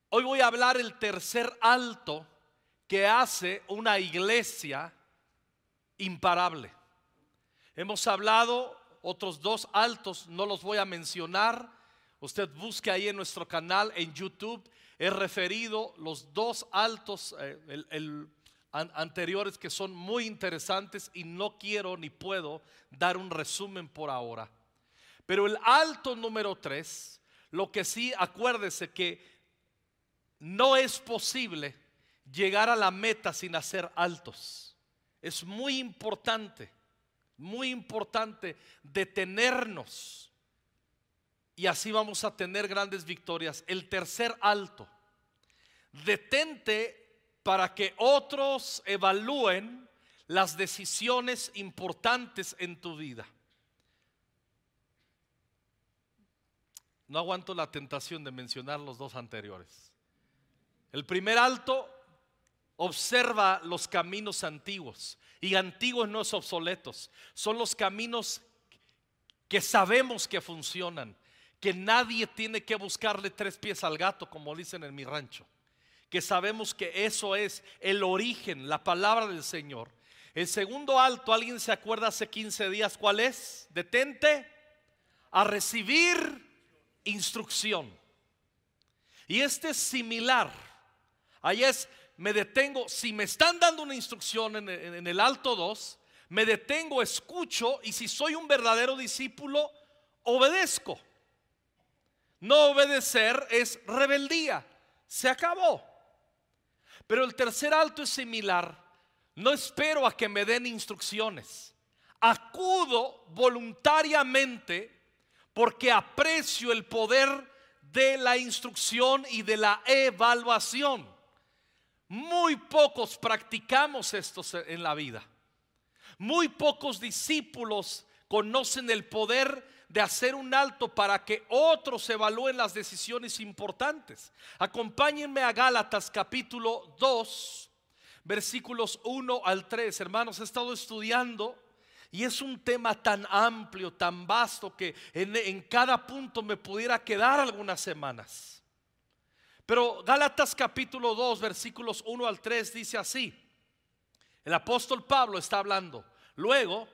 Hoy voy a hablar el tercer alto que hace una iglesia imparable. Hemos hablado otros dos altos, no los voy a mencionar. Usted busque ahí en nuestro canal en YouTube. He referido los dos altos anteriores que son muy interesantes y no quiero ni puedo dar un resumen por ahora. Pero el alto número 3, lo que sí, acuérdese que no es posible llegar a la meta sin hacer altos. Es muy importante detenernos y así vamos a tener grandes victorias. El tercer alto: detente para que otros evalúen las decisiones importantes en tu vida. No aguanto la tentación de mencionar los dos anteriores. El primer alto: observa los caminos antiguos. Y antiguos no es obsoletos, son los caminos que sabemos que funcionan, que nadie tiene que buscarle tres pies al gato, como dicen en mi rancho. Que sabemos que eso es el origen, la palabra del Señor. El segundo alto, ¿alguien se acuerda hace 15 días cuál es? Detente a recibir instrucción. Y este es similar. Ahí es: me detengo, si me están dando una instrucción en el alto 2, me detengo, escucho, y si soy un verdadero discípulo, obedezco. No obedecer es rebeldía. Se acabó. Pero el tercer alto es similar. No espero a que me den instrucciones. Acudo voluntariamente porque aprecio el poder de la instrucción y de la evaluación. Muy pocos practicamos esto en la vida. Muy pocos discípulos conocen el poder de hacer un alto para que otros evalúen las decisiones importantes. Acompáñenme a Gálatas capítulo 2, versículos 1 al 3. Hermanos, he estado estudiando y es un tema tan amplio, tan vasto, que en cada punto me pudiera quedar algunas semanas. Pero Gálatas capítulo 2, versículos 1 al 3 dice así. El apóstol Pablo está hablando: luego,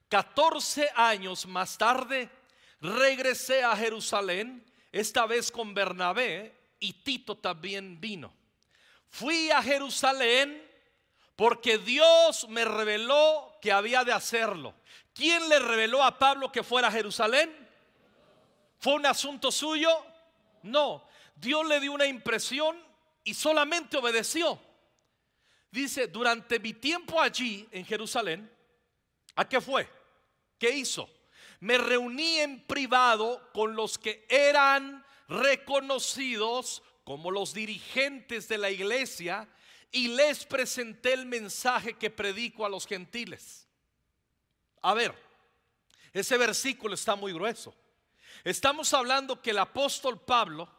14 años más tarde, regresé a Jerusalén, esta vez con Bernabé, y Tito también vino. Fui a Jerusalén porque Dios me reveló que había de hacerlo. ¿Quién le reveló a Pablo que fuera a Jerusalén? ¿Fue un asunto suyo? No. Dios le dio una impresión y solamente obedeció. Dice: durante mi tiempo allí en Jerusalén, ¿a qué fue? ¿Qué hizo? Me reuní en privado con los que eran reconocidos como los dirigentes de la iglesia y les presenté el mensaje que predico a los gentiles. A ver, ese versículo está muy grueso. Estamos hablando que el apóstol Pablo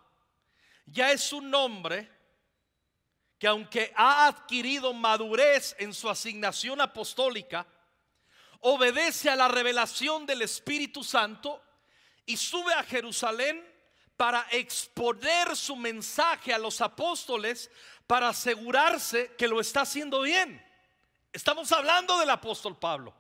ya es un hombre que, aunque ha adquirido madurez en su asignación apostólica, obedece a la revelación del Espíritu Santo y sube a Jerusalén para exponer su mensaje a los apóstoles, para asegurarse que lo está haciendo bien. Estamos hablando del apóstol Pablo.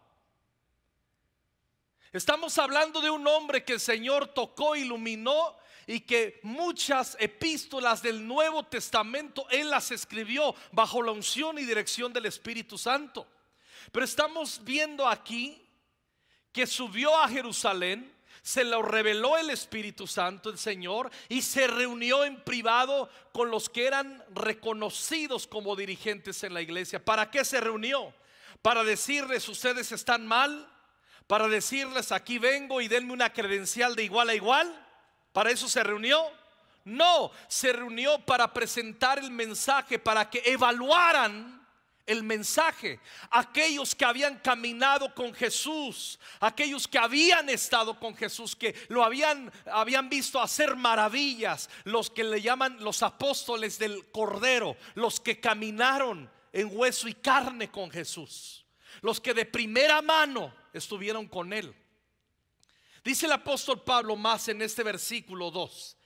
Estamos hablando de un hombre que el Señor tocó, iluminó, y que muchas epístolas del Nuevo Testamento él las escribió bajo la unción y dirección del Espíritu Santo. Pero estamos viendo aquí que subió a Jerusalén, se lo reveló el Espíritu Santo, el Señor, y se reunió en privado con los que eran reconocidos como dirigentes en la iglesia. ¿Para qué se reunió? Para decirles: ustedes están mal. Para decirles: aquí vengo y denme una credencial de igual a igual. ¿Para eso se reunió? No, se reunió para presentar el mensaje, para que evaluaran el mensaje. Aquellos que habían caminado con Jesús, aquellos que habían estado con Jesús, que lo habían visto hacer maravillas, los que le llaman los apóstoles del Cordero, los que caminaron en hueso y carne con Jesús, los que de primera mano estuvieron con él. Dice el apóstol Pablo más en este versículo 2: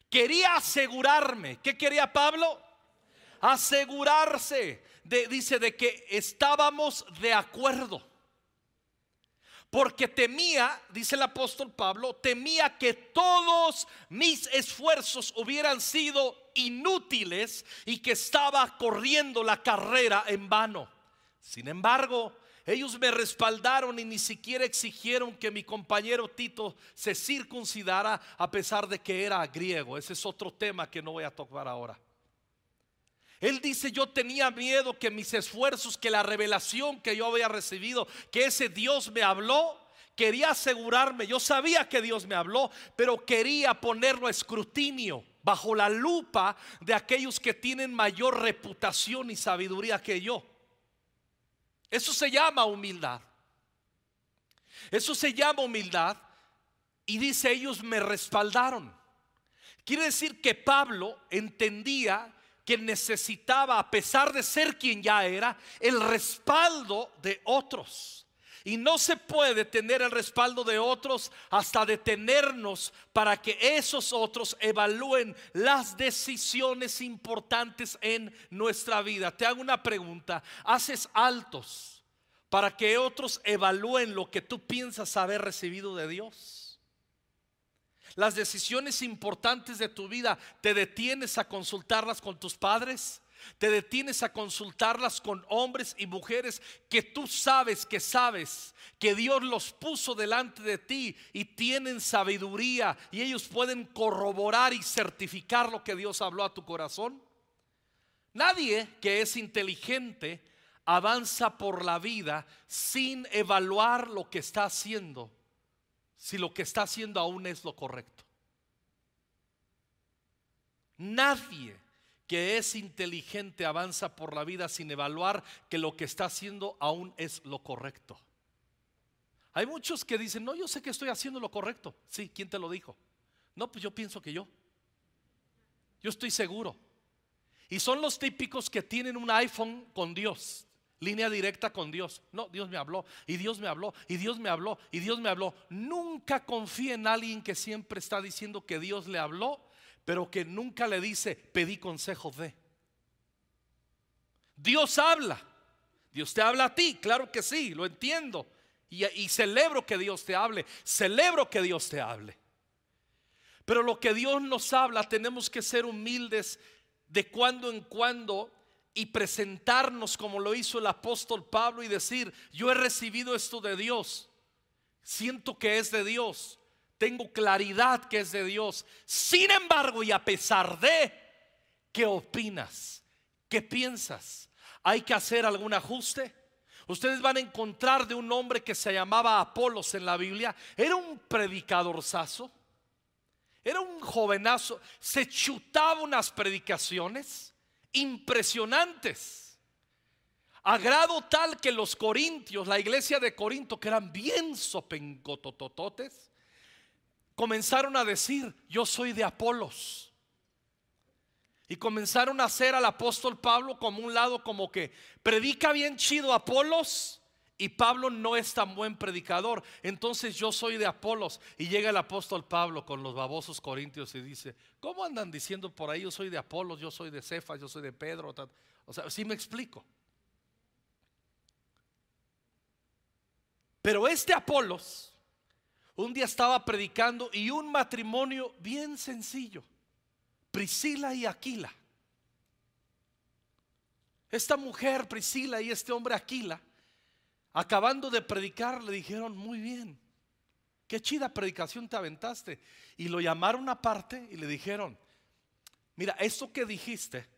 Quería asegurarme. ¿Qué quería Pablo? Asegurarse dice de que estábamos de acuerdo. Porque temía, dice el apóstol Pablo, temía que todos mis esfuerzos hubieran sido inútiles y que estaba corriendo la carrera en vano. Sin embargo, ellos me respaldaron y ni siquiera exigieron que mi compañero Tito se circuncidara, a pesar de que era griego. Ese es otro tema que no voy a tocar ahora. Él dice: yo tenía miedo que mis esfuerzos, que la revelación que yo había recibido, que ese Dios me habló, quería asegurarme. Yo sabía que Dios me habló, pero quería ponerlo a escrutinio, bajo la lupa de aquellos que tienen mayor reputación y sabiduría que yo. Eso se llama humildad. Eso se llama humildad. Y dice: ellos me respaldaron. Quiere decir que Pablo entendía que necesitaba, a pesar de ser quien ya era, el respaldo de otros. Y no se puede tener el respaldo de otros hasta detenernos para que esos otros evalúen las decisiones importantes en nuestra vida. Te hago una pregunta: ¿haces altos para que otros evalúen lo que tú piensas haber recibido de Dios? Las decisiones importantes de tu vida, ¿te detienes a consultarlas con tus padres? ¿Te detienes a consultarlas con hombres y mujeres que tú sabes que Dios los puso delante de ti y tienen sabiduría y ellos pueden corroborar y certificar lo que Dios habló a tu corazón? Nadie que es inteligente avanza por la vida sin evaluar lo que está haciendo, si lo que está haciendo aún es lo correcto. Nadie que es inteligente avanza por la vida sin evaluar que lo que está haciendo aún es lo correcto. Hay muchos que dicen: no, yo sé que estoy haciendo lo correcto. Sí, ¿quién te lo dijo? No, pues yo pienso que yo estoy seguro. Y son los típicos que tienen un iPhone con Dios, línea directa con Dios. No, Dios me habló, y Dios me habló, y Dios me habló, y Dios me habló. Nunca confíe en alguien que siempre está diciendo que Dios le habló, pero que nunca le dice: pedí consejo de. Dios habla. Dios te habla a ti, claro que sí, lo entiendo. Y celebro que Dios te hable. Celebro que Dios te hable. Pero lo que Dios nos habla, tenemos que ser humildes de cuando en cuando y presentarnos como lo hizo el apóstol Pablo y decir: yo he recibido esto de Dios, siento que es de Dios, tengo claridad que es de Dios. Sin embargo, y a pesar de, ¿qué opinas? ¿Qué piensas? ¿Hay que hacer algún ajuste? Ustedes van a encontrar de un hombre que se llamaba Apolos en la Biblia. Era un predicadorzazo, era un jovenazo, se chutaba unas predicaciones impresionantes, a grado tal que los corintios, la iglesia de Corinto, que eran bien sopencotototes, comenzaron a decir: yo soy de Apolos. Y comenzaron a hacer al apóstol Pablo como un lado, como que predica bien chido Apolos y Pablo no es tan buen predicador, entonces yo soy de Apolos. Y llega el apóstol Pablo con los babosos corintios y dice: ¿cómo andan diciendo por ahí? Yo soy de Apolos, yo soy de Cefas, yo soy de Pedro. O sea, sí me explico. Pero este Apolos un día estaba predicando y un matrimonio bien sencillo, Priscila y Aquila. Esta mujer Priscila y este hombre Aquila, acabando de predicar, le dijeron: muy bien, qué chida predicación te aventaste. Y lo llamaron aparte y le dijeron: mira, esto que dijiste,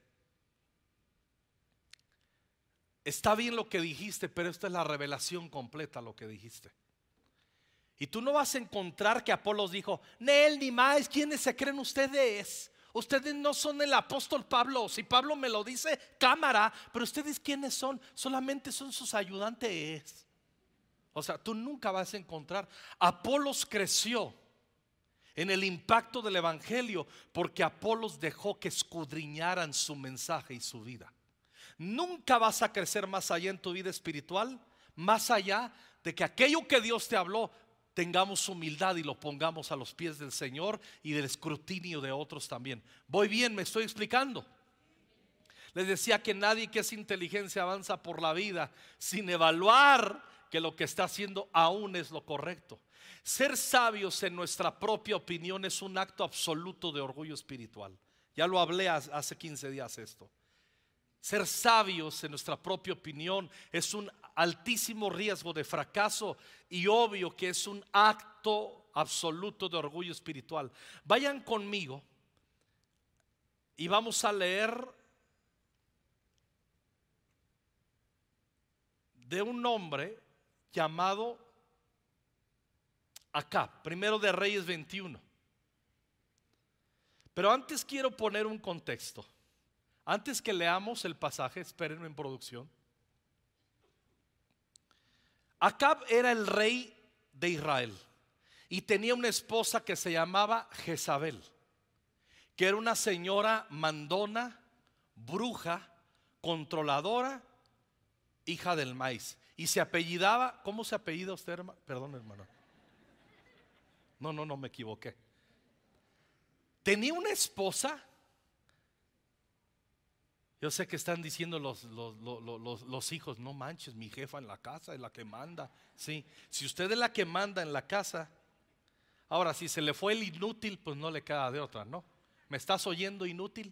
está bien lo que dijiste, pero esta es la revelación completa lo que dijiste. Y tú no vas a encontrar que Apolos dijo: Nel, ni más, ¿quiénes se creen ustedes? Ustedes no son el apóstol Pablo. Si Pablo me lo dice, cámara. Pero ustedes, ¿quiénes son? Solamente son sus ayudantes. O sea, tú nunca vas a encontrar. Apolos creció en el impacto del evangelio porque Apolos dejó que escudriñaran su mensaje y su vida. Nunca vas a crecer más allá en tu vida espiritual, más allá de que aquello que Dios te habló tengamos humildad y lo pongamos a los pies del Señor y del escrutinio de otros también. ¿Voy bien? ¿Me estoy explicando? Les decía que nadie que es inteligencia avanza por la vida sin evaluar que lo que está haciendo aún es lo correcto. Ser sabios en nuestra propia opinión es un acto absoluto de orgullo espiritual. Ya lo hablé hace 15 días esto. Ser sabios en nuestra propia opinión es un altísimo riesgo de fracaso y obvio que es un acto absoluto de orgullo espiritual. Vayan conmigo y vamos a leer de un hombre llamado Acab, primero de Reyes 21. Pero antes quiero poner un contexto. Antes que leamos el pasaje, espérenme en producción. Acab era el rey de Israel y tenía una esposa que se llamaba Jezabel, que era una señora mandona, bruja, controladora, hija del maíz. Y se apellidaba, ¿cómo se apellida usted, hermano? Perdón, hermano. No, me equivoqué. Tenía una esposa. Yo sé que están diciendo los hijos, no manches, mi jefa en la casa es la que manda. Sí, si usted es la que manda en la casa, ahora si se le fue el inútil, pues no le queda de otra, ¿no? ¿Me estás oyendo, inútil?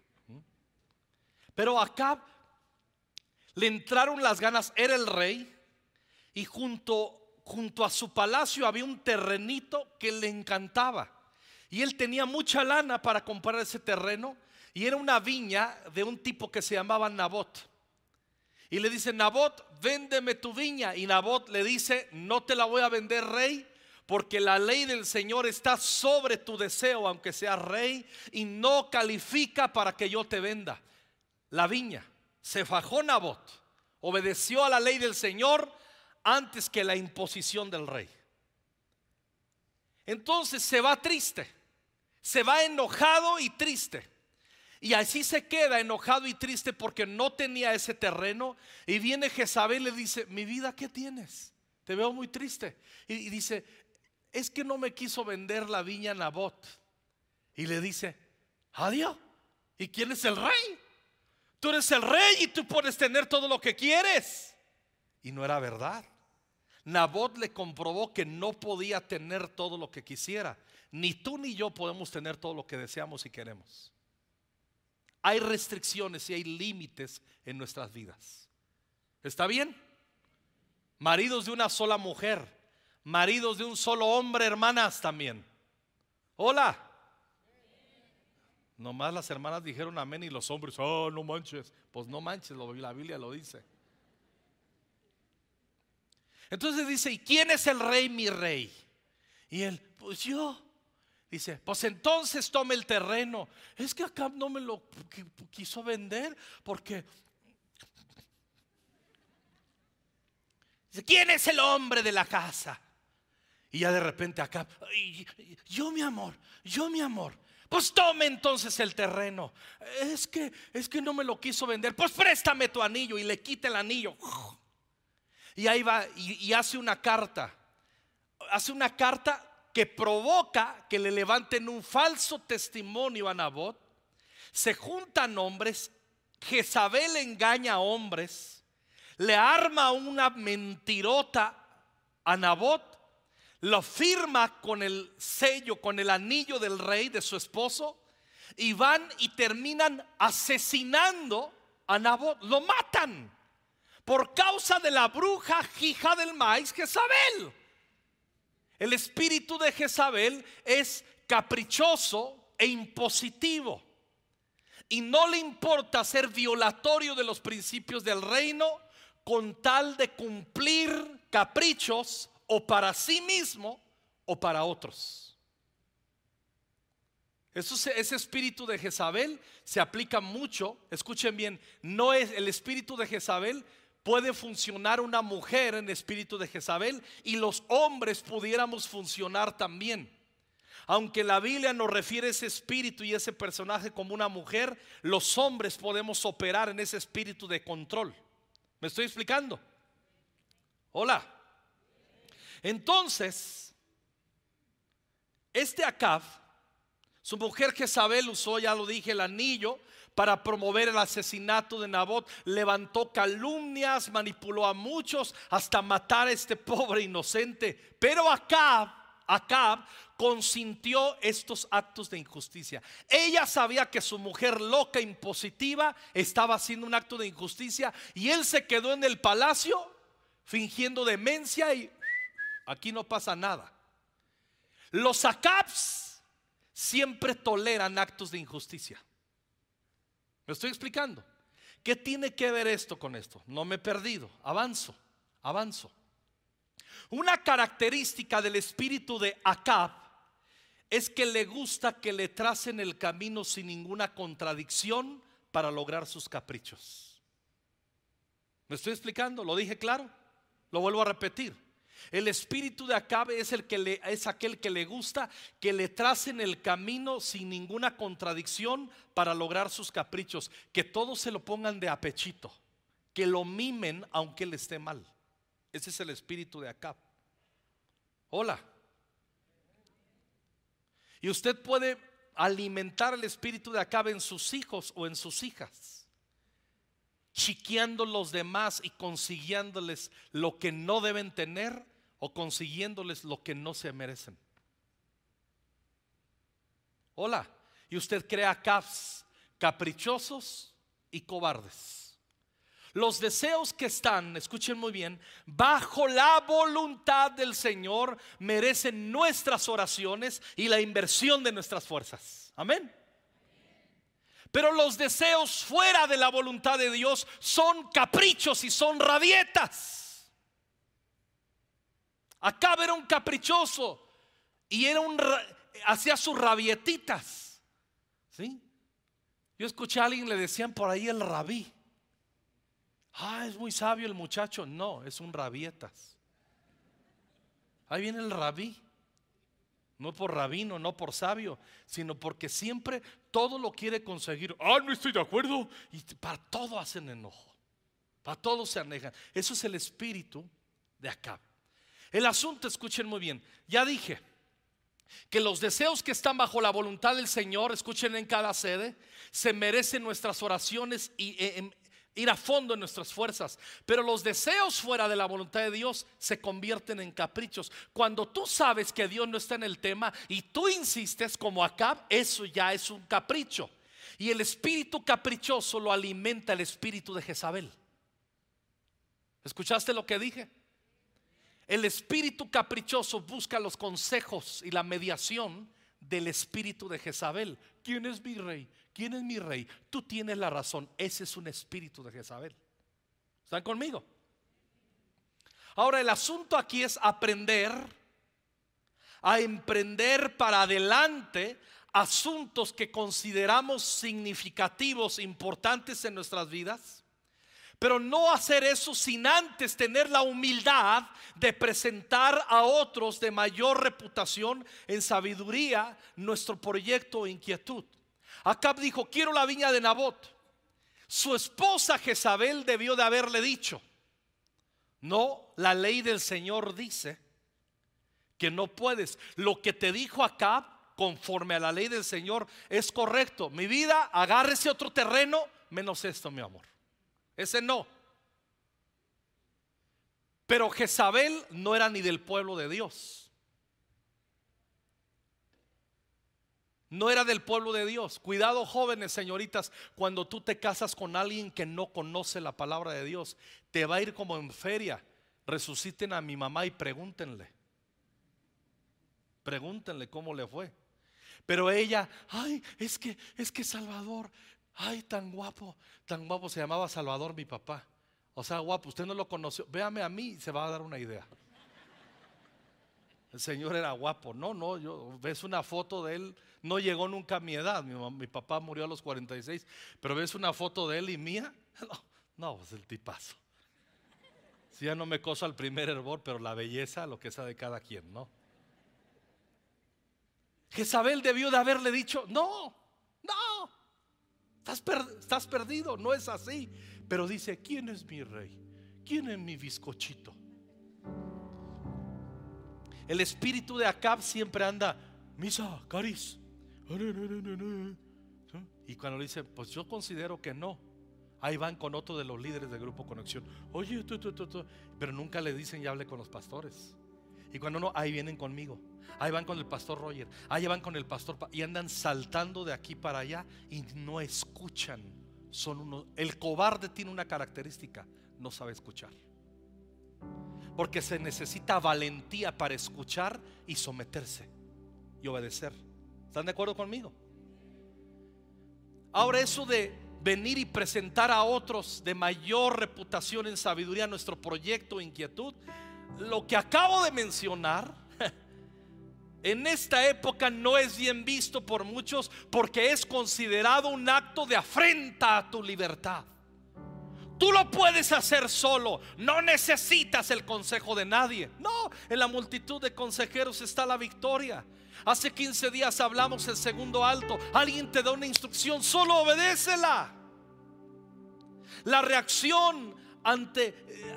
Pero acá le entraron las ganas, era el rey, y junto a su palacio había un terrenito que le encantaba. Y él tenía mucha lana para comprar ese terreno. Y era una viña de un tipo que se llamaba Nabot. Y le dice: Nabot, véndeme tu viña. Y Nabot le dice: no te la voy a vender, rey, porque la ley del Señor está sobre tu deseo, aunque seas rey, y no califica para que yo te venda la viña. Se fajó Nabot, obedeció a la ley del Señor antes que la imposición del rey. Entonces se va triste, se va enojado y triste. Y así se queda enojado y triste porque no tenía ese terreno. Y viene Jezabel y le dice: mi vida, ¿qué tienes? Te veo muy triste. Y dice: es que no me quiso vender la viña Nabot. Y le dice: adiós. ¿Y quién es el rey? Tú eres el rey y tú puedes tener todo lo que quieres. Y no era verdad. Nabot le comprobó que no podía tener todo lo que quisiera. Ni tú ni yo podemos tener todo lo que deseamos y queremos. Hay restricciones y hay límites en nuestras vidas. ¿Está bien? Maridos de una sola mujer, maridos de un solo hombre, hermanas también. Hola. Nomás las hermanas dijeron amén y los hombres: oh, no manches. Pues no manches, la Biblia lo dice. Entonces dice: ¿y quién es el rey, mi rey? Y él: pues yo. Dice: pues entonces tome el terreno. Es que Acab no me lo quiso vender porque... Dice: ¿quién es el hombre de la casa? Y ya de repente Acab: yo mi amor. Pues tome entonces el terreno. Es que no me lo quiso vender. Pues préstame tu anillo. Y le quita el anillo. Y ahí va y hace una carta. Hace una carta que provoca que le levanten un falso testimonio a Nabot. Se juntan hombres, Jezabel engaña a hombres, le arma una mentirota a Nabot, lo firma con el sello, con el anillo del rey, de su esposo, y van y terminan asesinando a Nabot. Lo matan por causa de la bruja hija del maíz, Jezabel. El espíritu de Jezabel es caprichoso e impositivo y no le importa ser violatorio de los principios del reino con tal de cumplir caprichos o para sí mismo o para otros. Ese espíritu de Jezabel se aplica mucho. Escuchen bien, no es el espíritu de Jezabel. Puede funcionar una mujer en espíritu de Jezabel y los hombres pudiéramos funcionar también. Aunque la Biblia nos refiere ese espíritu y ese personaje como una mujer, los hombres podemos operar en ese espíritu de control. ¿Me estoy explicando? Hola. Entonces, Este Acab, su mujer Jezabel usó, ya lo dije, el anillo para promover el asesinato de Nabot. Levantó calumnias, manipuló a muchos hasta matar a este pobre inocente. Pero Acab consintió estos actos de injusticia. Ella sabía que su mujer loca, impositiva, estaba haciendo un acto de injusticia, y él se quedó en el palacio fingiendo demencia y aquí no pasa nada. Los Acabs siempre toleran actos de injusticia. ¿Me estoy explicando? ¿Qué tiene que ver esto con esto? No me he perdido, avanzo. Una característica del espíritu de Acab es que le gusta que le tracen el camino sin ninguna contradicción para lograr sus caprichos. ¿Me estoy explicando? ¿Lo dije claro? Lo vuelvo a repetir. El espíritu de Acab es aquel que le gusta que le tracen el camino sin ninguna contradicción para lograr sus caprichos, que todos se lo pongan de apechito, que lo mimen aunque él esté mal. Ese es el espíritu de Acab. Hola. Y usted puede alimentar el espíritu de Acab en sus hijos o en sus hijas, chiqueando los demás y consiguiéndoles lo que no deben tener, o consiguiéndoles lo que no se merecen. Hola. Y usted crea Acabs caprichosos y cobardes. Los deseos que están, escuchen muy bien, bajo la voluntad del Señor merecen nuestras oraciones y la inversión de nuestras fuerzas. Amén. Pero los deseos fuera de la voluntad de Dios son caprichos y son rabietas. Acab era un caprichoso y hacía sus rabietitas, ¿sí? Yo escuché a alguien, le decían por ahí el rabí. Es muy sabio el muchacho. No, es un rabietas. Ahí viene el rabí. No por rabino, no por sabio, sino porque siempre todo lo quiere conseguir. No estoy de acuerdo. Y para todo hacen enojo, para todo se anejan. Eso es el espíritu de Acab. El asunto, escuchen muy bien, ya dije que los deseos que están bajo la voluntad del Señor, escuchen en cada sede, se merecen nuestras oraciones y ir a fondo en nuestras fuerzas. Pero los deseos fuera de la voluntad de Dios se convierten en caprichos. Cuando tú sabes que Dios no está en el tema y tú insistes como Acab, eso ya es un capricho. Y el espíritu caprichoso lo alimenta el espíritu de Jezabel. ¿Escuchaste lo que dije? El espíritu caprichoso busca los consejos y la mediación del espíritu de Jezabel. ¿Quién es mi rey? ¿Quién es mi rey? Tú tienes la razón. Ese es un espíritu de Jezabel. ¿Están conmigo? Ahora, el asunto aquí es aprender a emprender para adelante asuntos que consideramos significativos, importantes en nuestras vidas. Pero no hacer eso sin antes tener la humildad de presentar a otros de mayor reputación en sabiduría nuestro proyecto o inquietud. Acab dijo: quiero la viña de Nabot. Su esposa Jezabel debió de haberle dicho: no, la ley del Señor dice que no puedes. Lo que te dijo Acab, conforme a la ley del Señor, es correcto. Mi vida, agárrese otro terreno, menos esto, mi amor. Ese no. Pero Jezabel no era ni del pueblo de Dios. No era del pueblo de Dios. Cuidado, jóvenes, señoritas, cuando tú te casas con alguien que no conoce la palabra de Dios. Te va a ir como en feria. Resuciten a mi mamá y pregúntenle cómo le fue. Pero ella, es que Salvador, tan guapo, se llamaba Salvador mi papá. O sea, guapo, usted no lo conoció. Véame a mí y se va a dar una idea. El Señor era guapo. No, ves una foto de él. No llegó nunca a mi edad. Mi papá murió a los 46. Pero ves una foto de él y mía. No, pues el tipazo. Si ya no me coso al primer hervor, pero la belleza, lo que sea de cada quien, ¿no? Jezabel debió de haberle dicho: no, estás perdido, no es así. Pero dice: ¿quién es mi rey? ¿Quién es mi bizcochito? El espíritu de Acab siempre anda: misa, caris. Y cuando le dicen, pues yo considero que no, ahí van con otro de los líderes del grupo Conexión. Oye, pero nunca le dicen, ya hablé con los pastores. Y cuando no, ahí vienen conmigo. Ahí van con el pastor Roger, ahí van con el pastor, y andan saltando de aquí para allá y no escuchan. El cobarde tiene una característica: no sabe escuchar. Porque se necesita valentía para escuchar y someterse y obedecer. ¿Están de acuerdo conmigo? Ahora, eso de venir y presentar a otros de mayor reputación en sabiduría nuestro proyecto o inquietud, lo que acabo de mencionar en esta época no es bien visto por muchos, porque es considerado un acto de afrenta a tu libertad. Tú lo puedes hacer solo, no necesitas el consejo de nadie. No, en la multitud de consejeros está la victoria. Hace 15 días hablamos el segundo alto. Alguien te da una instrucción, solo obedécela. La reacción ante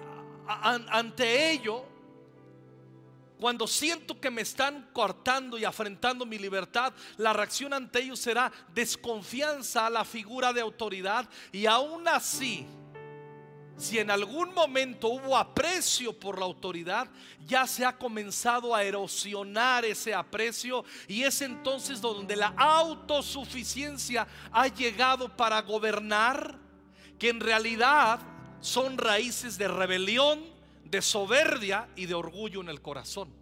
ello, cuando siento que me están coartando y afrentando mi libertad, la reacción ante ello será desconfianza a la figura de autoridad. Y aún así, si en algún momento hubo aprecio por la autoridad, ya se ha comenzado a erosionar ese aprecio, y es entonces donde la autosuficiencia ha llegado para gobernar, que en realidad son raíces de rebelión, de soberbia y de orgullo en el corazón.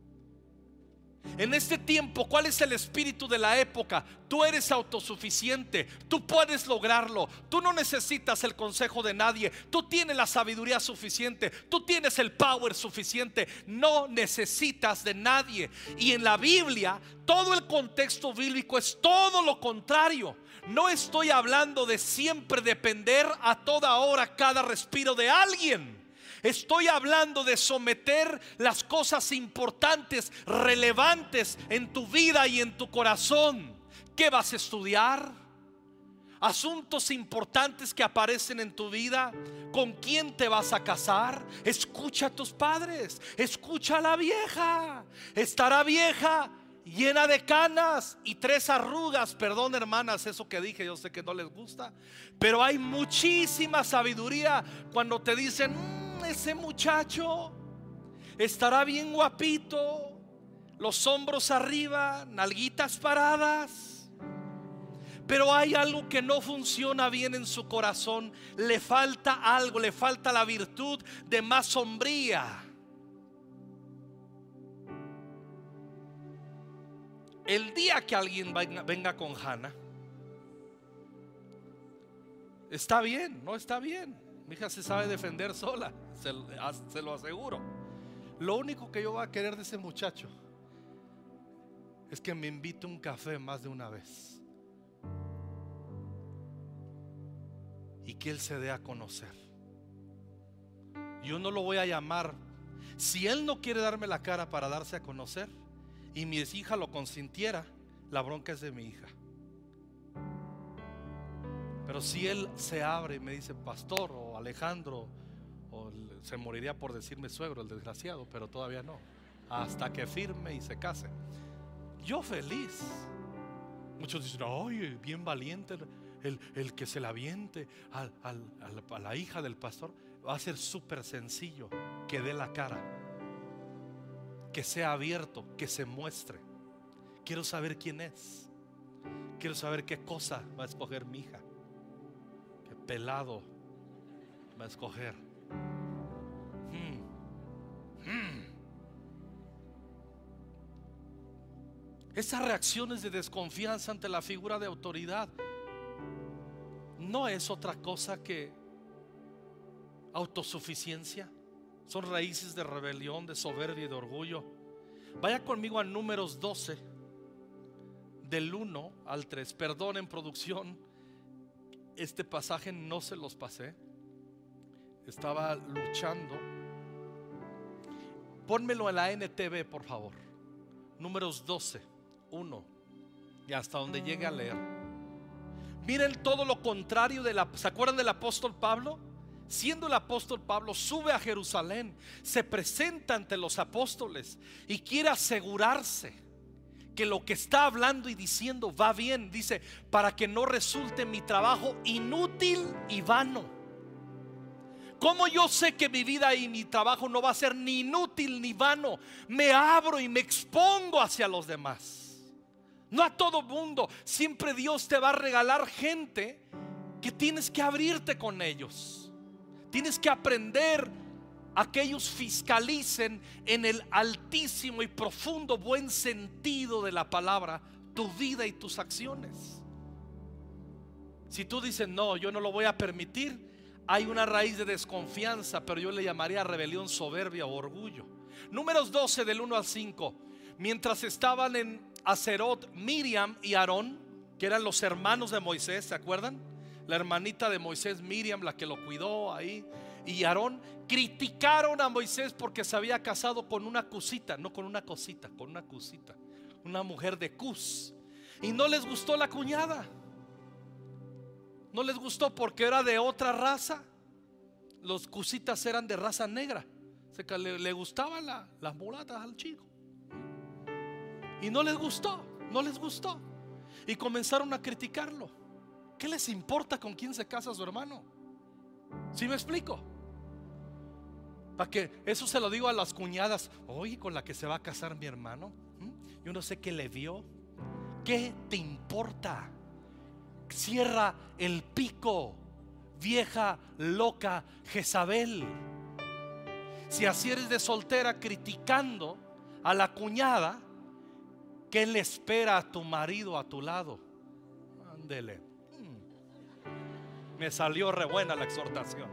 En este tiempo, ¿cuál es el espíritu de la época? Tú eres autosuficiente, tú puedes lograrlo, tú no necesitas el consejo de nadie, tú tienes la sabiduría suficiente, tú tienes el power suficiente, no necesitas de nadie. Y en la Biblia, todo el contexto bíblico es todo lo contrario. No estoy hablando de siempre depender a toda hora, cada respiro de alguien. Estoy hablando de someter las cosas importantes, relevantes en tu vida y en tu corazón. ¿Qué vas a estudiar? Asuntos importantes que aparecen en tu vida. ¿Con quién te vas a casar? Escucha a tus padres, escucha a la vieja. Estará vieja, llena de canas y 3 arrugas. Perdón, hermanas, eso que dije, yo sé que no les gusta, pero hay muchísima sabiduría cuando te dicen: ese muchacho estará bien guapito, los hombros arriba, nalguitas paradas, pero hay algo que no funciona bien en su corazón. Le falta algo, le falta la virtud de más hombría. El día que alguien venga con Hannah, está bien, no está bien. Mi hija se sabe defender sola, se lo aseguro. Lo único que yo voy a querer de ese muchacho es que me invite un café más de una vez y que él se dé a conocer. Yo no lo voy a llamar. Si él no quiere darme la cara para darse a conocer y mi hija lo consintiera, la bronca es de mi hija. Pero si él se abre y me dice: pastor o Alejandro, o se moriría por decirme suegro, el desgraciado, pero todavía no, hasta que firme y se case, yo feliz. Muchos dicen: ay, bien valiente el que se la aviente a la hija del pastor. Va a ser súper sencillo que dé la cara, que sea abierto, que se muestre. Quiero saber quién es, quiero saber qué cosa va a escoger mi hija, qué pelado va a escoger. Esas reacciones de desconfianza ante la figura de autoridad no es otra cosa que autosuficiencia. Son raíces de rebelión, de soberbia y de orgullo. Vaya conmigo a Números 12, del 1 al 3. Perdonen, producción, este pasaje no se los pasé, estaba luchando. Pónmelo en la NTV, por favor. Números 12, 1 y hasta donde llegue a leer. Miren todo lo contrario ¿se acuerdan del apóstol Pablo? Siendo el apóstol Pablo, sube a Jerusalén, se presenta ante los apóstoles y quiere asegurarse que lo que está hablando y diciendo va bien. Dice, para que no resulte mi trabajo inútil y vano. ¿Cómo yo sé que mi vida y mi trabajo no va a ser ni inútil ni vano? Me abro y me expongo hacia los demás. No a todo mundo. Siempre Dios te va a regalar gente que tienes que abrirte con ellos. Tienes que aprender a que ellos fiscalicen en el altísimo y profundo buen sentido de la palabra tu vida y tus acciones. Si tú dices no, yo no lo voy a permitir, hay una raíz de desconfianza, pero yo le llamaría rebelión, soberbia o orgullo. Números 12 del 1 al 5. Mientras estaban en Hazerot, Miriam y Aarón, que eran los hermanos de Moisés, ¿se acuerdan? La hermanita de Moisés, Miriam, la que lo cuidó ahí, y Aarón criticaron a Moisés porque se había casado con una cusita, no con una cosita, con una cusita, una mujer de Cus. Y no les gustó la cuñada. No les gustó porque era de otra raza. Los cusitas eran de raza negra. Le gustaban las mulatas al chico. Y no les gustó, no les gustó. Y comenzaron a criticarlo. ¿Qué les importa con quién se casa su hermano? ¿Sí me explico? Para que eso se lo digo a las cuñadas. Oye, con la que se va a casar mi hermano, yo no sé qué le vio. ¿Qué te importa? Cierra el pico, vieja loca Jezabel. Si así eres de soltera criticando a la cuñada, ¿qué le espera a tu marido a tu lado? Ándele. Me salió re buena la exhortación.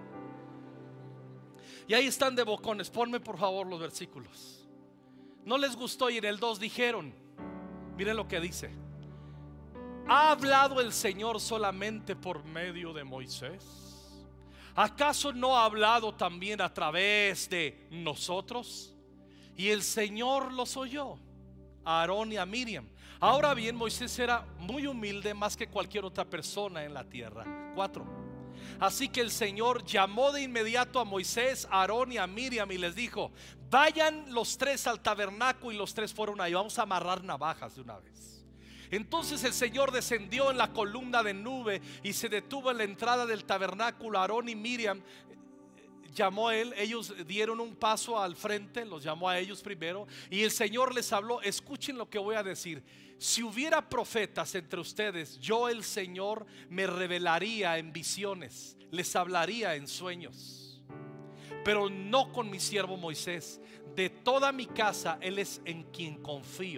Y ahí están de bocones. Ponme por favor los versículos. No les gustó y en el 2 dijeron, miren lo que dice: ¿ha hablado el Señor solamente por medio de Moisés? ¿Acaso no ha hablado también a través de nosotros? Y el Señor los oyó, a Aarón y a Miriam. Ahora bien, Moisés era muy humilde, más que cualquier otra persona en la tierra. 4. Así que el Señor llamó de inmediato a Moisés, a Aarón y a Miriam y les dijo: vayan los tres al tabernáculo. Y los tres fueron ahí. Vamos a amarrar navajas de una vez. Entonces el Señor descendió en la columna de nube y se detuvo en la entrada del tabernáculo. Aarón y Miriam llamó a él. Ellos dieron un paso al frente, los llamó a ellos primero. Y el Señor les habló. Escuchen lo que voy a decir. Si hubiera profetas entre ustedes, yo el Señor me revelaría en visiones, les hablaría en sueños, pero no con mi siervo Moisés. De toda mi casa él es en quien confío.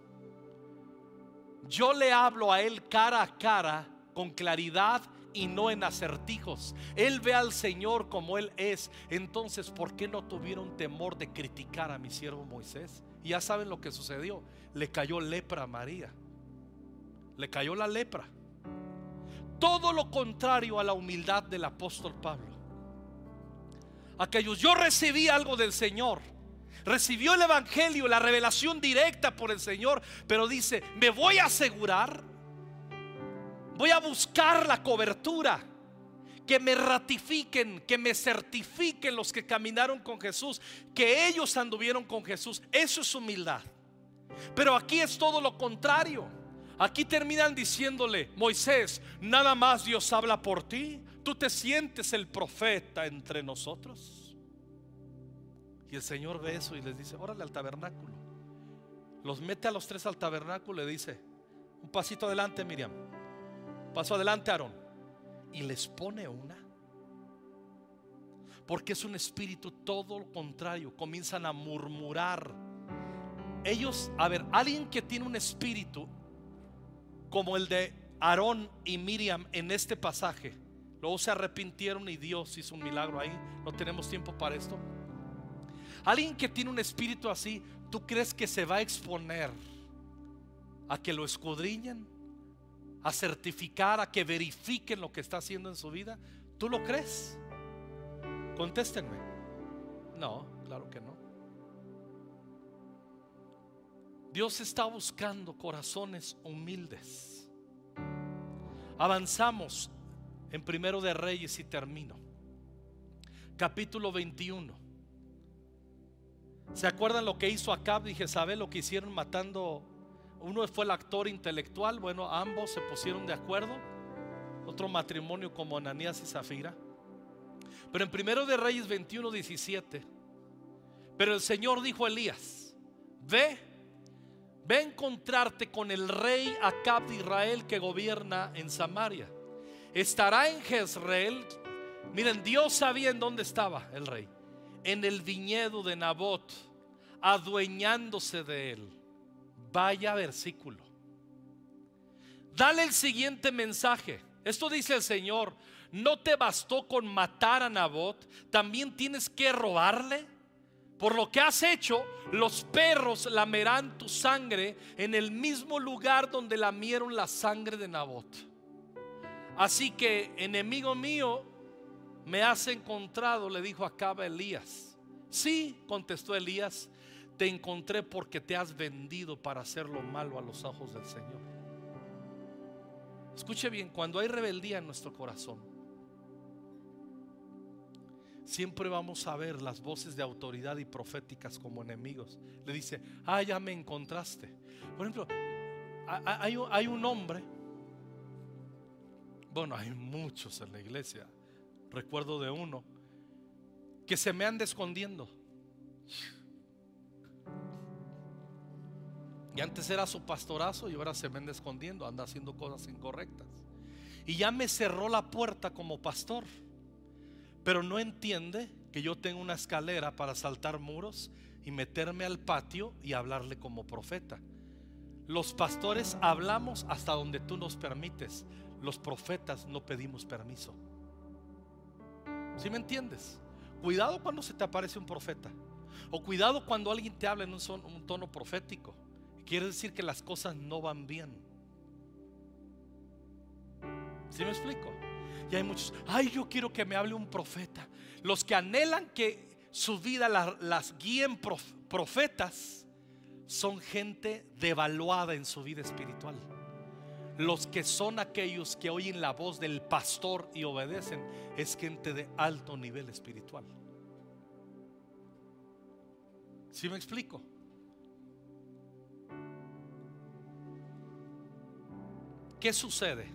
Yo le hablo a él cara a cara, con claridad y no en acertijos. Él ve al Señor como él es. Entonces, ¿por qué no tuvieron temor de criticar a mi siervo Moisés? Y ya saben lo que sucedió. Le cayó lepra a María. Le cayó la lepra. Todo lo contrario a la humildad del apóstol Pablo. Aquellos, yo recibí algo del Señor. Recibió el evangelio, la revelación directa por el Señor, pero dice: me voy a asegurar, voy a buscar la cobertura, que me ratifiquen, que me certifiquen los que caminaron con Jesús, que ellos anduvieron con Jesús. Eso es humildad. Pero aquí es todo lo contrario. Aquí terminan diciéndole: Moisés, nada más Dios habla por ti. Tú te sientes el profeta entre nosotros. Y el Señor ve eso y les dice: órale al tabernáculo. Los mete a los tres al tabernáculo y le dice: un pasito adelante, Miriam, paso adelante, Aarón. Y les pone una. Porque es un espíritu todo lo contrario. Comienzan a murmurar. Ellos, a ver, alguien que tiene un espíritu como el de Aarón y Miriam en este pasaje, luego se arrepintieron y Dios hizo un milagro ahí. No tenemos tiempo para esto. Alguien que tiene un espíritu así, ¿tú crees que se va a exponer a que lo escudriñen, a certificar, a que verifiquen lo que está haciendo en su vida? ¿Tú lo crees? Contéstenme. No, claro que no. Dios está buscando corazones humildes. Avanzamos en Primero de Reyes y termino. Capítulo 21. ¿Se acuerdan lo que hizo Acab y Jezabel, lo que hicieron matando Uno fue el actor intelectual. Bueno, ambos se pusieron de acuerdo. Otro matrimonio como Ananías y Zafira. Pero en 1 de Reyes 21:17, pero el Señor dijo a Elías: ve a encontrarte con el rey Acab de Israel, que gobierna en Samaria. Estará en Jezreel. Miren, Dios sabía en dónde estaba el rey: en el viñedo de Nabot, adueñándose de él. Vaya versículo. Dale el siguiente mensaje. Esto dice el Señor: ¿no te bastó con matar a Nabot? ¿También tienes que robarle? Por lo que has hecho, los perros lamerán tu sangre en el mismo lugar donde lamieron la sangre de Nabot. Así que, enemigo mío, me has encontrado, le dijo Acab a Elías. Sí, contestó Elías, te encontré porque te has vendido para hacer lo malo a los ojos del Señor. Escuche bien, cuando hay rebeldía en nuestro corazón, siempre vamos a ver las voces de autoridad y proféticas como enemigos. Le dice: ah, ya me encontraste. Por ejemplo, hay un hombre, bueno, hay muchos en la iglesia. Recuerdo de uno que se me anda escondiendo. Y antes era su pastorazo y ahora se me anda escondiendo, anda haciendo cosas incorrectas. Y ya me cerró la puerta como pastor, pero no entiende que yo tengo una escalera para saltar muros y meterme al patio y hablarle como profeta. Los pastores hablamos hasta donde tú nos permites. Los profetas no pedimos permiso. ¿Sí me entiendes? Cuidado cuando se te aparece un profeta, o cuidado cuando alguien te habla en un tono profético. Quiere decir que las cosas no van bien. ¿Sí me explico? Y hay muchos: ay, yo quiero que me hable un profeta. Los que anhelan que su vida las guíen profetas son gente devaluada en su vida espiritual. Los que son aquellos que oyen la voz del pastor y obedecen es gente de alto nivel espiritual. ¿Sí me explico? ¿Qué sucede?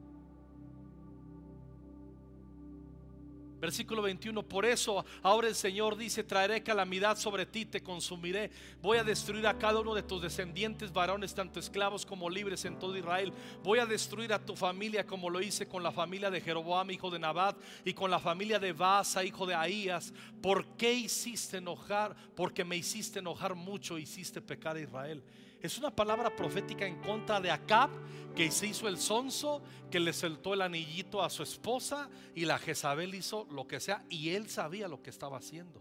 Versículo 21: por eso ahora el Señor dice: traeré calamidad sobre ti, te consumiré. Voy a destruir a cada uno de tus descendientes varones, tanto esclavos como libres, en todo Israel. Voy a destruir a tu familia como lo hice con la familia de Jeroboam, hijo de Nabat, y con la familia de Baasa, hijo de Ahías. ¿Por qué hiciste enojar? Porque me hiciste enojar mucho, hiciste pecar a Israel. Es una palabra profética en contra de Acab, que se hizo el sonso, que le soltó el anillito a su esposa, y la Jezabel hizo lo que sea, y él sabía lo que estaba haciendo.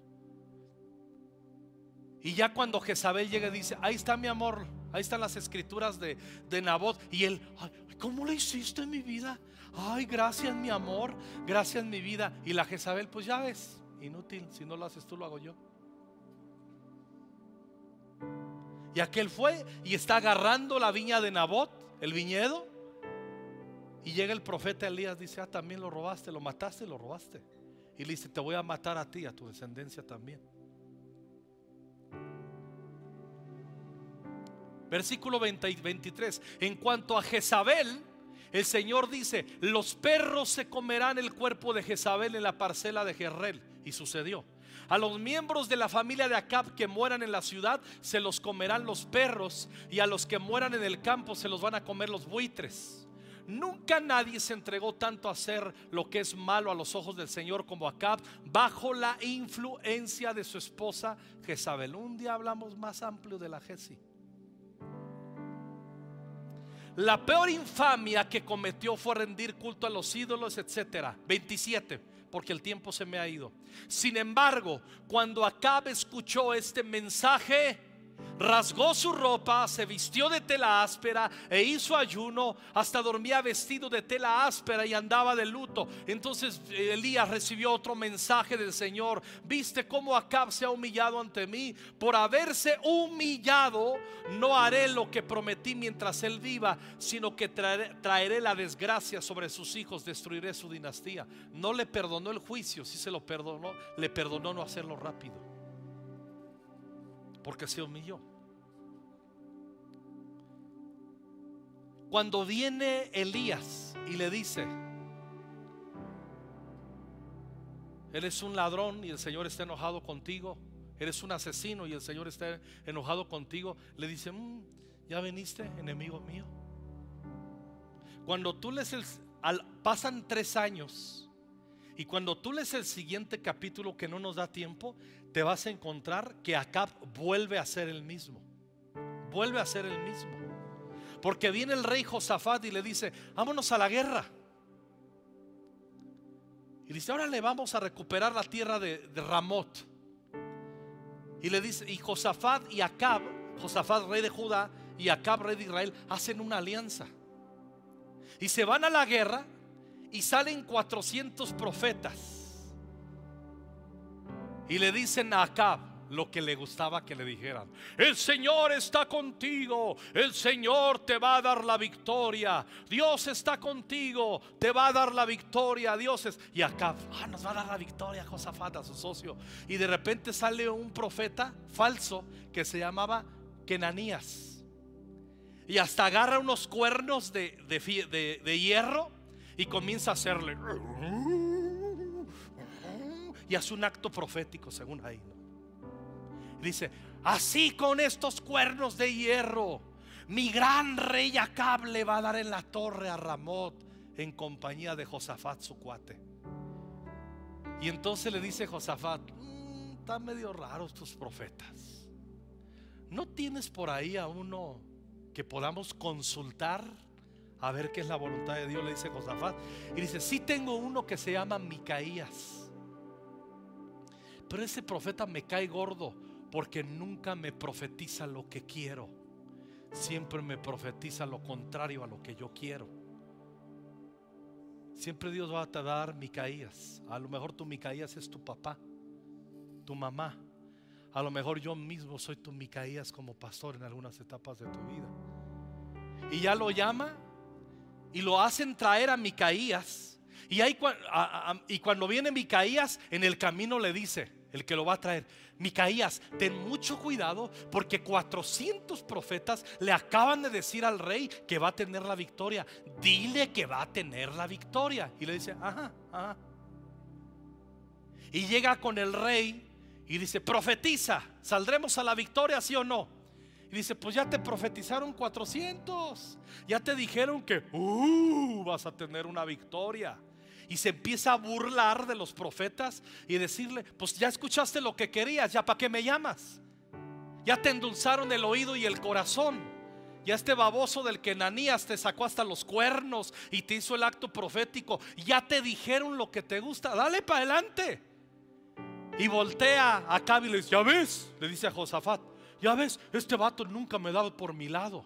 Y ya cuando Jezabel llega y dice: ahí está mi amor, ahí están las escrituras de Nabot, y él: ay, ¿cómo le hiciste en mi vida? Ay, gracias mi amor, gracias mi vida. Y la Jezabel: pues ya ves, inútil, si no lo haces tú, lo hago yo. Y aquel fue y está agarrando la viña de Nabot, el viñedo. Y llega el profeta Elías, dice: ah, también lo robaste, lo mataste, lo robaste. Y le dice: te voy a matar a ti, a tu descendencia también. Versículo 20 y 23. En cuanto a Jezabel, el Señor dice: los perros se comerán el cuerpo de Jezabel en la parcela de Jezreel. Y sucedió. A los miembros de la familia de Acab que mueran en la ciudad se los comerán los perros, y a los que mueran en el campo se los van a comer los buitres. Nunca nadie se entregó tanto a hacer lo que es malo a los ojos del Señor como Acab, bajo la influencia de su esposa Jezabel. Un día hablamos más amplio de la Jezi. La peor infamia que cometió fue rendir culto a los ídolos, etcétera. 27, porque el tiempo se me ha ido. Sin embargo, cuando Acab escuchó este mensaje, rasgó su ropa, se vistió de tela áspera e hizo ayuno, hasta dormía vestido de tela áspera y andaba de luto. Entonces Elías recibió otro mensaje del Señor: ¿viste cómo Acab se ha humillado ante mí? Por haberse humillado, no haré lo que prometí mientras él viva, sino que traeré la desgracia sobre sus hijos, destruiré su dinastía. No le perdonó el juicio, sí se lo perdonó, le perdonó no hacerlo rápido, porque se humilló. Cuando viene Elías y le dice: eres un ladrón y el Señor está enojado contigo, eres un asesino y el Señor está enojado contigo, le dice: ya veniste, enemigo mío. Cuando tú lees pasan 3 años, y cuando tú lees el siguiente capítulo, que no nos da tiempo, te vas a encontrar que Acab vuelve a ser el mismo. Vuelve a ser el mismo. Porque viene el rey Josafat y le dice: vámonos a la guerra. Y dice: ahora le vamos a recuperar la tierra de Ramot. Y le dice, y Josafat y Acab, Josafat rey de Judá y Acab rey de Israel, hacen una alianza. Y se van a la guerra y salen 400 profetas. Y le dicen a Acab lo que le gustaba que le dijeran: el Señor está contigo, el Señor te va a dar la victoria, Dios está contigo, te va a dar la victoria, Y Acab: nos va a dar la victoria Josafat, a su socio. Y de repente sale un profeta falso que se llamaba Kenanías, y hasta agarra unos cuernos de hierro y comienza a hacerle, y hace un acto profético según ahí, ¿no? Dice: así con estos cuernos de hierro, mi gran rey Acab le va a dar en la torre a Ramot, en compañía de Josafat su cuate. Y entonces le dice Josafat: están medio raros tus profetas. ¿No tienes por ahí a uno que podamos consultar a ver qué es la voluntad de Dios? Le dice Josafat. Y dice: sí, tengo uno que se llama Micaías, pero ese profeta me cae gordo, porque nunca me profetiza lo que quiero, siempre me profetiza lo contrario a lo que yo quiero. Siempre Dios va a te dar Micaías. A lo mejor tu Micaías es tu papá, tu mamá. A lo mejor yo mismo soy tu Micaías como pastor en algunas etapas de tu vida. Y ya lo llama y lo hacen traer a Micaías. Y cuando viene Micaías, en el camino le dice el que lo va a traer: Micaías, ten mucho cuidado, porque 400 profetas le acaban de decir al rey que va a tener la victoria. Dile que va a tener la victoria. Y le dice: ajá. Y llega con el rey y dice: profetiza, ¿saldremos a la victoria, sí o no? Y dice: pues ya te profetizaron 400, ya te dijeron que vas a tener una victoria. Y se empieza a burlar de los profetas y decirle: pues ya escuchaste lo que querías, ya para qué me llamas. Ya te endulzaron el oído y el corazón. Ya este baboso del Kenanías te sacó hasta los cuernos y te hizo el acto profético. Ya te dijeron lo que te gusta, dale para adelante. Y voltea a Acab y le dice: ya ves, le dice a Josafat, ya ves, este vato nunca me da por mi lado.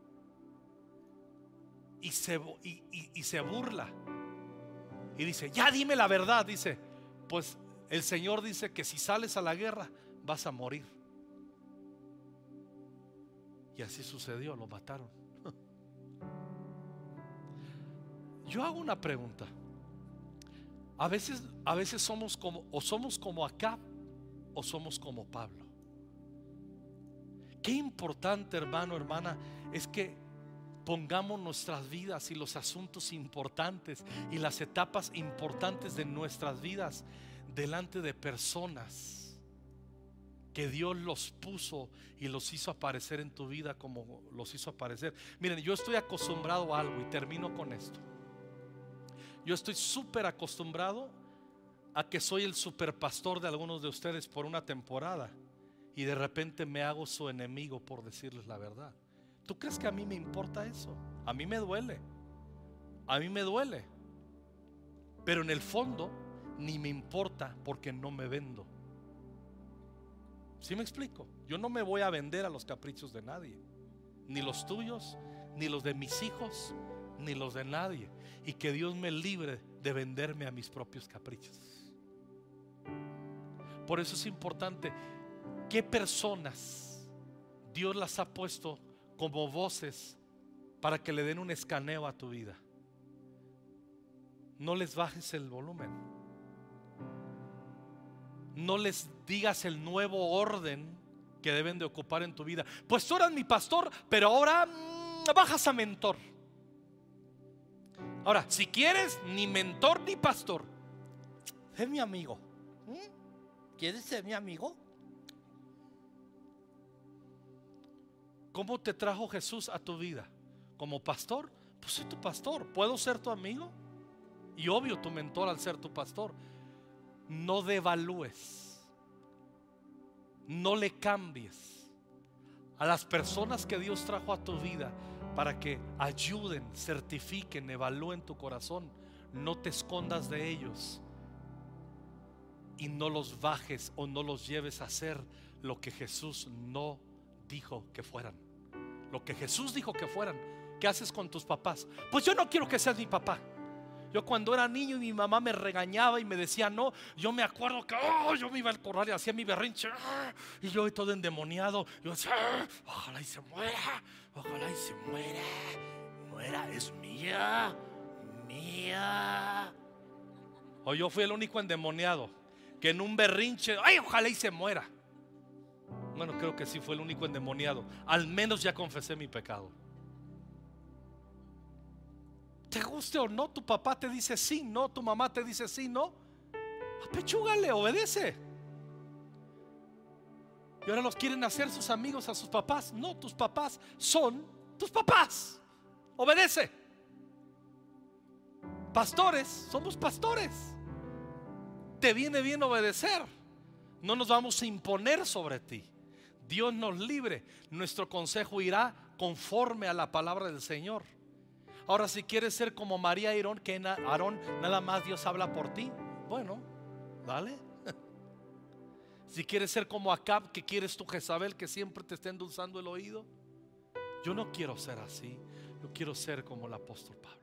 Y se burla. Y dice: ya dime la verdad. Dice: pues el Señor dice que si sales a la guerra vas a morir. Y así sucedió, lo mataron. Yo hago una pregunta. A veces somos como Acab o somos como Pablo. Qué importante, hermano, hermana, es que pongamos nuestras vidas y los asuntos importantes y las etapas importantes de nuestras vidas delante de personas que Dios los puso y los hizo aparecer en tu vida como los hizo aparecer. Miren, yo estoy acostumbrado a algo y termino con esto. Yo estoy súper acostumbrado a que soy el superpastor de algunos de ustedes por una temporada y de repente me hago su enemigo por decirles la verdad. ¿Tú crees que a mí me importa eso? A mí me duele. A mí me duele. Pero en el fondo ni me importa, porque no me vendo. ¿Sí me explico? Yo no me voy a vender a los caprichos de nadie, ni los tuyos, ni los de mis hijos, ni los de nadie. Y que Dios me libre de venderme a mis propios caprichos. Por eso es importante qué personas Dios las ha puesto como voces para que le den un escaneo a tu vida. No les bajes el volumen. No les digas el nuevo orden que deben de ocupar en tu vida. Pues tú eras mi pastor, pero ahora bajas a mentor. Ahora, si quieres, ni mentor ni pastor, sé mi amigo. ¿Quieres ser mi amigo? ¿Cómo te trajo Jesús a tu vida? Como pastor, pues soy tu pastor. ¿Puedo ser tu amigo? Y obvio tu mentor al ser tu pastor. No devalúes, no le cambies a las personas que Dios trajo a tu vida para que ayuden, certifiquen, evalúen tu corazón. No te escondas de ellos y no los bajes o no los lleves a hacer lo que Jesús no dijo que fueran. Lo que Jesús dijo que fueran. ¿Qué haces con tus papás? Pues yo no quiero que seas mi papá. Yo cuando era niño y mi mamá me regañaba y me decía no, yo me acuerdo que yo me iba al corral y hacía mi berrinche, y yo todo endemoniado. Yo decía, ojalá y se muera, ojalá y se muera. Muera, es mía, mía. O yo fui el único endemoniado que en un berrinche, ay, ojalá y se muera. Bueno, creo que sí fue el único endemoniado. Al menos ya confesé mi pecado. Te guste o no, tu papá te dice sí, no, tu mamá te dice sí, no. Apechúgale, obedece. Y ahora los quieren hacer sus amigos a sus papás. No, tus papás son tus papás. Obedece. Pastores, somos pastores. Te viene bien obedecer. No nos vamos a imponer sobre ti. Dios nos libre. Nuestro consejo irá conforme a la palabra del Señor. Ahora, si quieres ser como María y Aarón, que en Aarón nada más Dios habla por ti, bueno, dale. Si quieres ser como Acab, que quieres tú, Jezabel, que siempre te esté endulzando el oído, yo no quiero ser así. Yo quiero ser como el apóstol Pablo.